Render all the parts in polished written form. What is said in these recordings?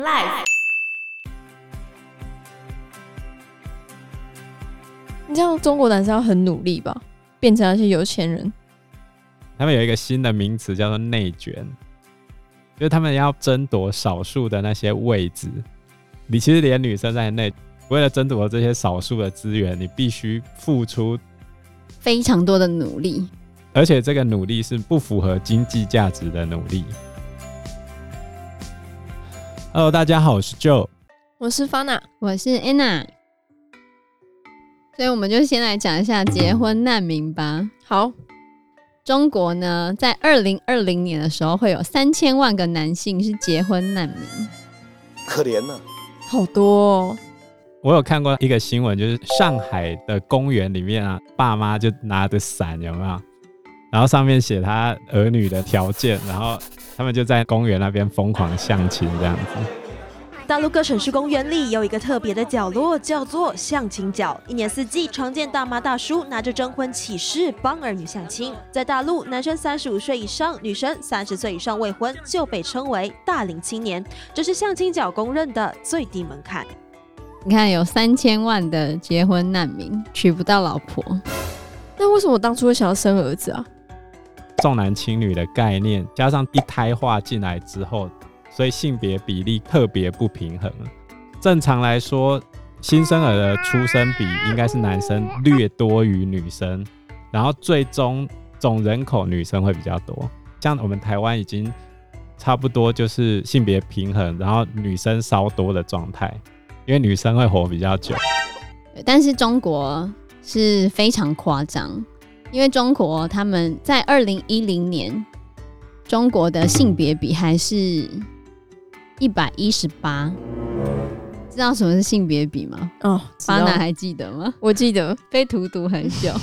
Life。 你这样中国男生要很努力吧，变成那些有钱人。 他们有一个新的名词叫做内卷，就是他们要争夺少数的那些位置。你其实连女生在内，为了争夺这些少数的资源，你必须付出非常多的努力， 而且这个努力是不符合经济价值的努力。Hello， 大家好，我是 Joe， 我是 Fana， 我是 Anna。所以我们就先来讲一下结婚难民吧。 好， 中国呢，在2020年的时候，会有3000万个男性是结婚难民， 可怜呢， 好多哦。 我有看过一个新闻，就是上海的公园里面啊，爸妈就拿着伞，有没有？然后上面写他儿女的条件，然后他们就在公园那边疯狂相亲这样子。 大陆各省市公园里有一个特别的角落，叫做相亲角。一年四季常见大妈大叔拿着征婚启事帮儿女相亲。在大陆，男生35岁以上，女生30岁以上未婚就被称为大龄青年，这是相亲角公认的最低门槛。 你看，有3000万的结婚难民娶不到老婆， 那为什么我当初会想要生儿子啊？ 重男轻女的概念加上一胎化进来之后，所以性别比例特别不平衡。正常来说，新生儿的出生比应该是男生略多于女生，然后最终总人口女生会比较多。像我们台湾已经差不多就是性别平衡，然后女生稍多的状态，因为女生会活比较久。 但是中国是非常夸张，因为中国他们在2010年，中国的性别比还是118。知道什么是性别比吗？ 哦， 巴拿还记得吗？ 我记得， 被荼毒很久。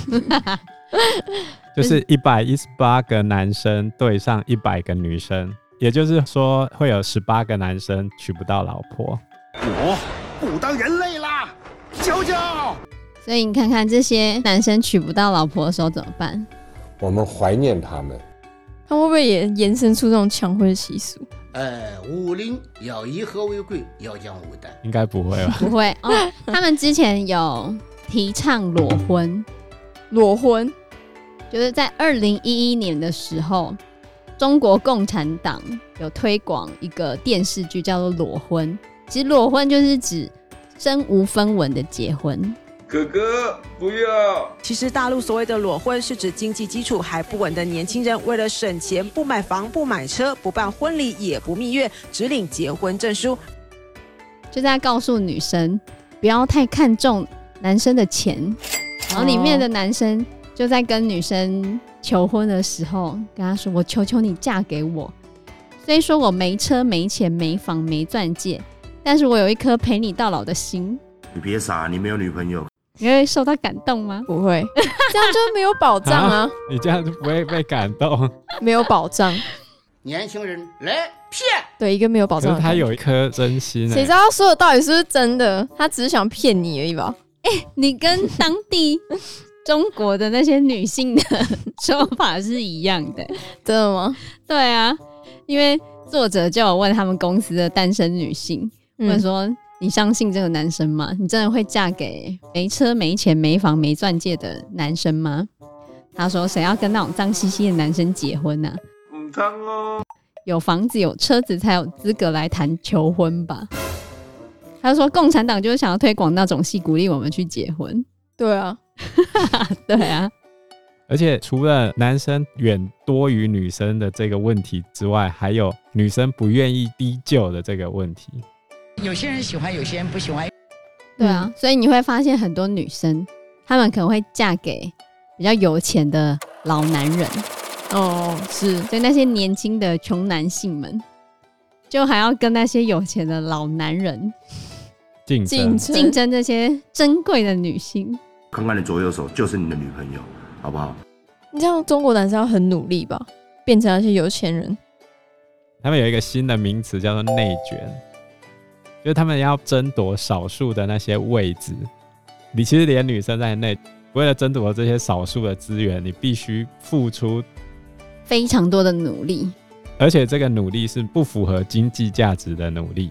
就是118个男生对上100个女生，也就是说会有18个男生娶不到老婆。 我不当人类啦，求求！ 所以你看看这些男生娶不到老婆的时候怎么办？ 我们怀念他们。 他们会不会也延伸出这种抢婚习俗？ 武林要以和为贵，要讲武德。 应该不会吧？ 不会哦。他们之前有提倡裸婚， 裸婚就是在2011年的时候，中国共产党有推广一个电视剧叫做《裸婚》。其实裸婚就是指身无分文的结婚。 哥哥，不要！ 其实大陆所谓的裸婚是指经济基础还不稳的年轻人，为了省钱，不买房、不买车、不办婚礼、也不蜜月，只领结婚证书， 就在告诉女生不要太看重男生的钱。然后里面的男生就在跟女生求婚的时候跟她说：“我求求你嫁给我，虽说我没车、没钱、没房、没钻戒，但是我有一颗陪你到老的心。” 你别傻，你没有女朋友。 你会受到感动吗？ 不会，这样就没有保障啊！ 你这样就不会被感动。 没有保障， 年轻人来骗， 对，一个没有保障的。 可是他有一颗真心， 谁知道他说的到底是不是真的？他只是想骗你而已吧？ 你跟当地中国的那些女性的说法是一样的。 真的吗？ 对啊，因为作者就有问他们公司的单身女性，问说：你相信这个男生吗？你真的会嫁给没车没钱没房没钻戒的男生吗？他说：谁要跟那种脏兮兮的男生结婚啊？ 唔通哦， 有房子有车子才有资格来谈求婚吧。他说共产党就是想要推广那种戏，鼓励我们去结婚。 对啊， 对啊。 而且除了男生远多于女生的这个问题之外，还有女生不愿意低就的这个问题。 有些人喜欢，有些人不喜欢。 对啊，所以你会发现很多女生，她们可能会嫁给比较有钱的老男人。 哦，是， 所以那些年轻的穷男性们，就还要跟那些有钱的老男人竞争这些珍贵的女性。 看看你左右手就是你的女朋友，好不好？ 你这样中国男生要很努力吧，变成那些有钱人。 他们有一个新的名词叫做内卷，就是他们要争夺少数的那些位置。你其实连女生在内，为了争夺这些少数的资源，你必须付出非常多的努力， 而且这个努力是不符合经济价值的努力。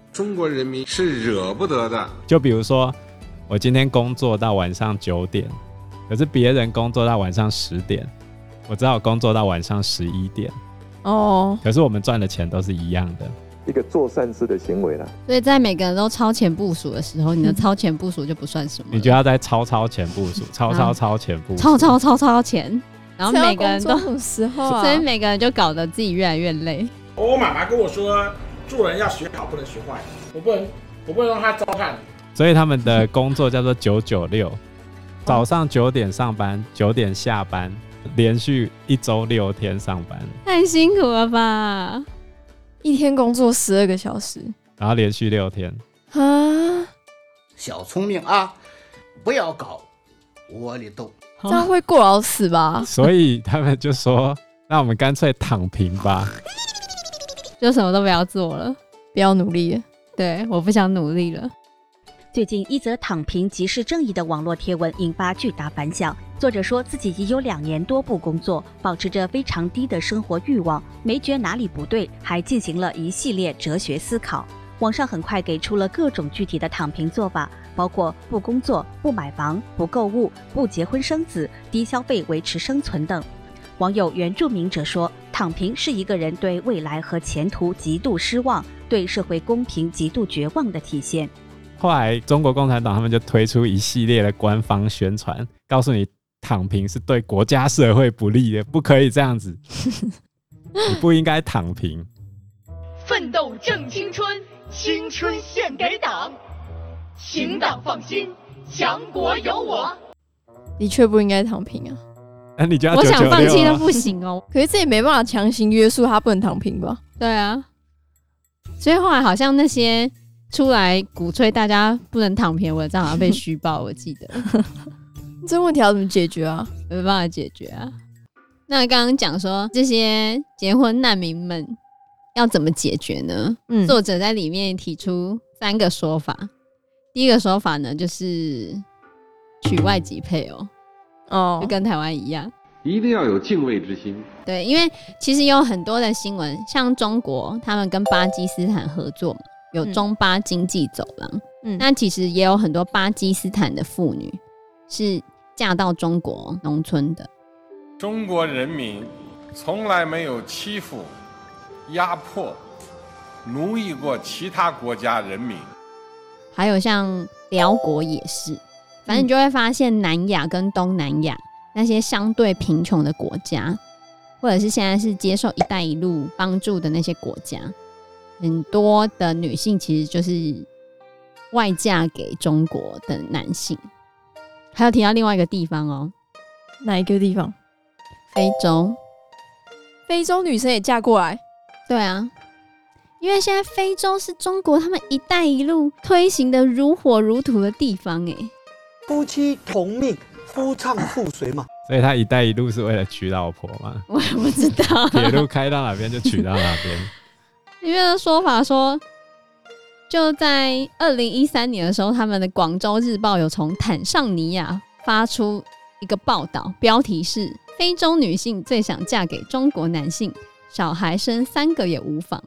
中国人民是惹不得的。 就比如说，我今天工作到晚上9点，可是别人工作到晚上10点，我只好工作到晚上11点。 哦， 可是我们赚的钱都是一样的， 一个做善事的行为啦。 所以在每个人都超前部署的时候，你的超前部署就不算什么了， 你就要在超前部署，超前部署， 超前，然后每个人都什么时候啊？ 所以每个人就搞得自己越来越累。 我妈妈跟我说，做人要学好，不能学坏，我不能让他糟蹋你。 所以他们的工作叫做996，早上9点上班，9点下班，连续1周6天上班， 太辛苦了吧？ 一天工作12个小时， 然后连续6天啊！ 小聪明啊，不要搞窝里斗， 这样会过劳死吧？ 所以他们就说，那我们干脆躺平吧， 就什么都不要做了， 不要努力了。 对，我不想努力了。 最近一则躺平即是正义的网络贴文引发巨大反响。作者说自己已有2年多不工作，保持着非常低的生活欲望，没觉哪里不对，还进行了一系列哲学思考。网上很快给出了各种具体的躺平做法，包括不工作、不买房、不购物、不结婚生子、低消费维持生存等。网友原住民者说，躺平是一个人对未来和前途极度失望，对社会公平极度绝望的体现。 后来中国共产党他们就推出一系列的官方宣传，告诉你躺平是对国家社会不利的，不可以这样子，你不应该躺平。 奋斗正青春，青春献给党，请党放心，强国有我。 的确不应该躺平啊。 那你就要996啊， 我想放弃都不行哦。 可是这也没办法强行约束他不能躺平吧？ 对啊，所以后来好像那些出来鼓吹大家不能躺平的文章好像被虚报，我记得。 这问题要怎么解决啊？ 没办法解决啊。那刚刚讲说这些结婚难民们要怎么解决呢？作者在里面提出3个说法。第一个说法呢，就是娶外籍配偶，就跟台湾一样， 一定要有敬畏之心。 对，因为其实有很多的新闻，像中国他们跟巴基斯坦合作嘛，有中巴经济走廊，那其实也有很多巴基斯坦的妇女是嫁到中国农村的。 中国人民从来没有欺负、压迫、奴役过其他国家人民。 还有像辽国也是，反正你就会发现南亚跟东南亚那些相对贫穷的国家，或者是现在是接受一带一路帮助的那些国家，很多的女性其实就是外嫁给中国的男性。还有提到另外一个地方哦， 哪一个地方？ 非洲。 非洲女生也嫁过来？ 对啊，因为现在非洲是中国他们一带一路推行的如火如荼的地方耶。 夫妻同命，夫唱妇随嘛。 所以他一带一路是为了娶老婆吗？ 我也不知道。 铁路开到哪边就娶到哪边。 里面的说法说，就在2013年的时候，他们的广州日报有从坦桑尼亚发出一个报道，标题是非洲女性最想嫁给中国男性，小孩生3个也无妨。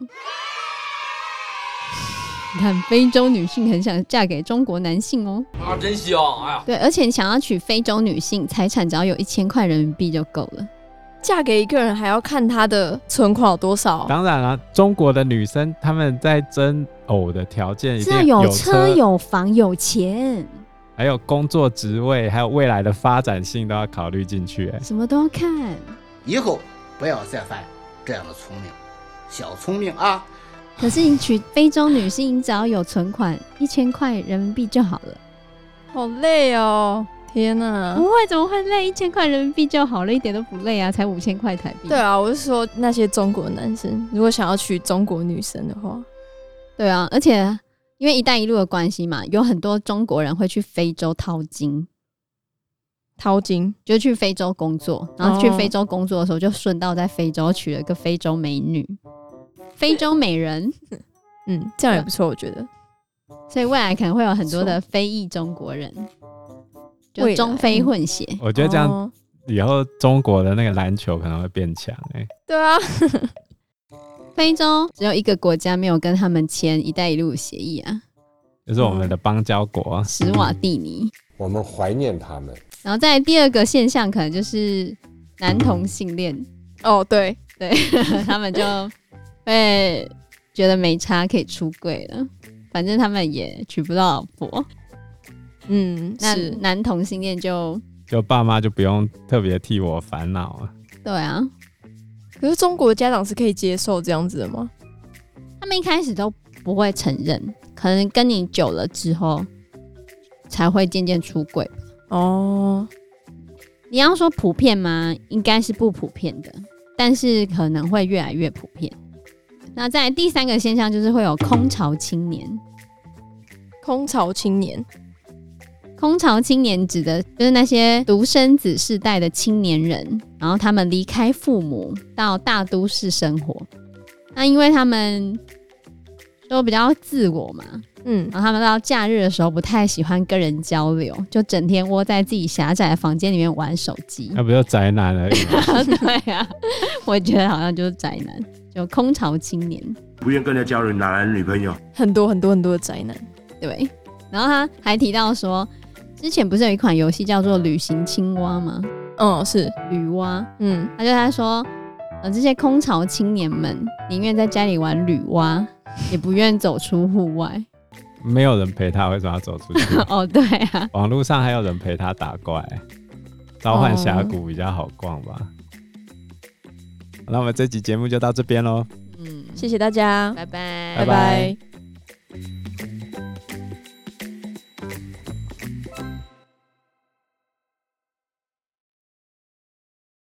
你看，非洲女性很想嫁给中国男性哦。 啊，真香！哎呀， 对，而且你想要娶非洲女性，财产只要有1000块人民币就够了。 嫁给一个人还要看他的存款有多少？ 当然了，中国的女生她们在征偶的条件一定是要有车有房有钱， 还有工作职位，还有未来的发展性都要考虑进去。 什么都要看。 以后不要再犯这样的聪明，小聪明啊！ 可是你娶非洲女性，你只要有存款1000块人民币就好了。 好累哦！天哪， 不会，怎么会累？1000块人民币就好了，一点都不累啊，才5000块台币。 对啊，我是说那些中国男生，如果想要娶中国女生的话， 对啊，而且因为一带一路的关系嘛，有很多中国人会去非洲淘金，就去非洲工作，然后去非洲工作的时候，就顺道在非洲娶了一个非洲美女，非洲美人。 这样也不错，我觉得。 所以未来可能会有很多的非裔中国人。就中非混血， 我觉得这样以后中国的那个篮球可能会变强。 对啊。 非洲只有一个国家没有跟他们签“一带一路”协议啊， 就是我们的邦交国史瓦蒂尼。 我们怀念他们。 然后再来第二个现象，可能就是男同性恋。 哦，对对，他们就会觉得没差，可以出柜了，反正他们也娶不到老婆。那男同性恋就爸妈就不用特别替我烦恼了。 对啊， 可是中国的家长是可以接受这样子的吗？ 他们一开始都不会承认，可能跟你久了之后才会渐渐出柜。 哦， 你要说普遍吗？应该是不普遍的，但是可能会越来越普遍。那再来第三个现象就是会有空巢青年。 空巢青年， 空巢青年指的就是那些独生子世代的青年人，然后他们离开父母到大都市生活。那因为他们都比较自我嘛，然后他们到假日的时候不太喜欢跟人交流，就整天窝在自己狭窄的房间里面玩手机。 那不就宅男而已吗？ 对啊，我觉得好像就是宅男，就空巢青年， 不愿跟人交流，哪来的女朋友？ 很多很多很多的宅男。 对，然后他还提到说，之前不是有一款游戏叫做旅行青蛙吗？ 是旅蛙。他说，这些空巢青年们宁愿在家里玩旅蛙，也不愿走出户外。 没有人陪他，为什么要走出去？ 哦，对啊， 网络上还有人陪他打怪，召唤峡谷比较好逛吧。那我们这集节目就到这边咯。 谢谢大家， 拜拜， 拜拜。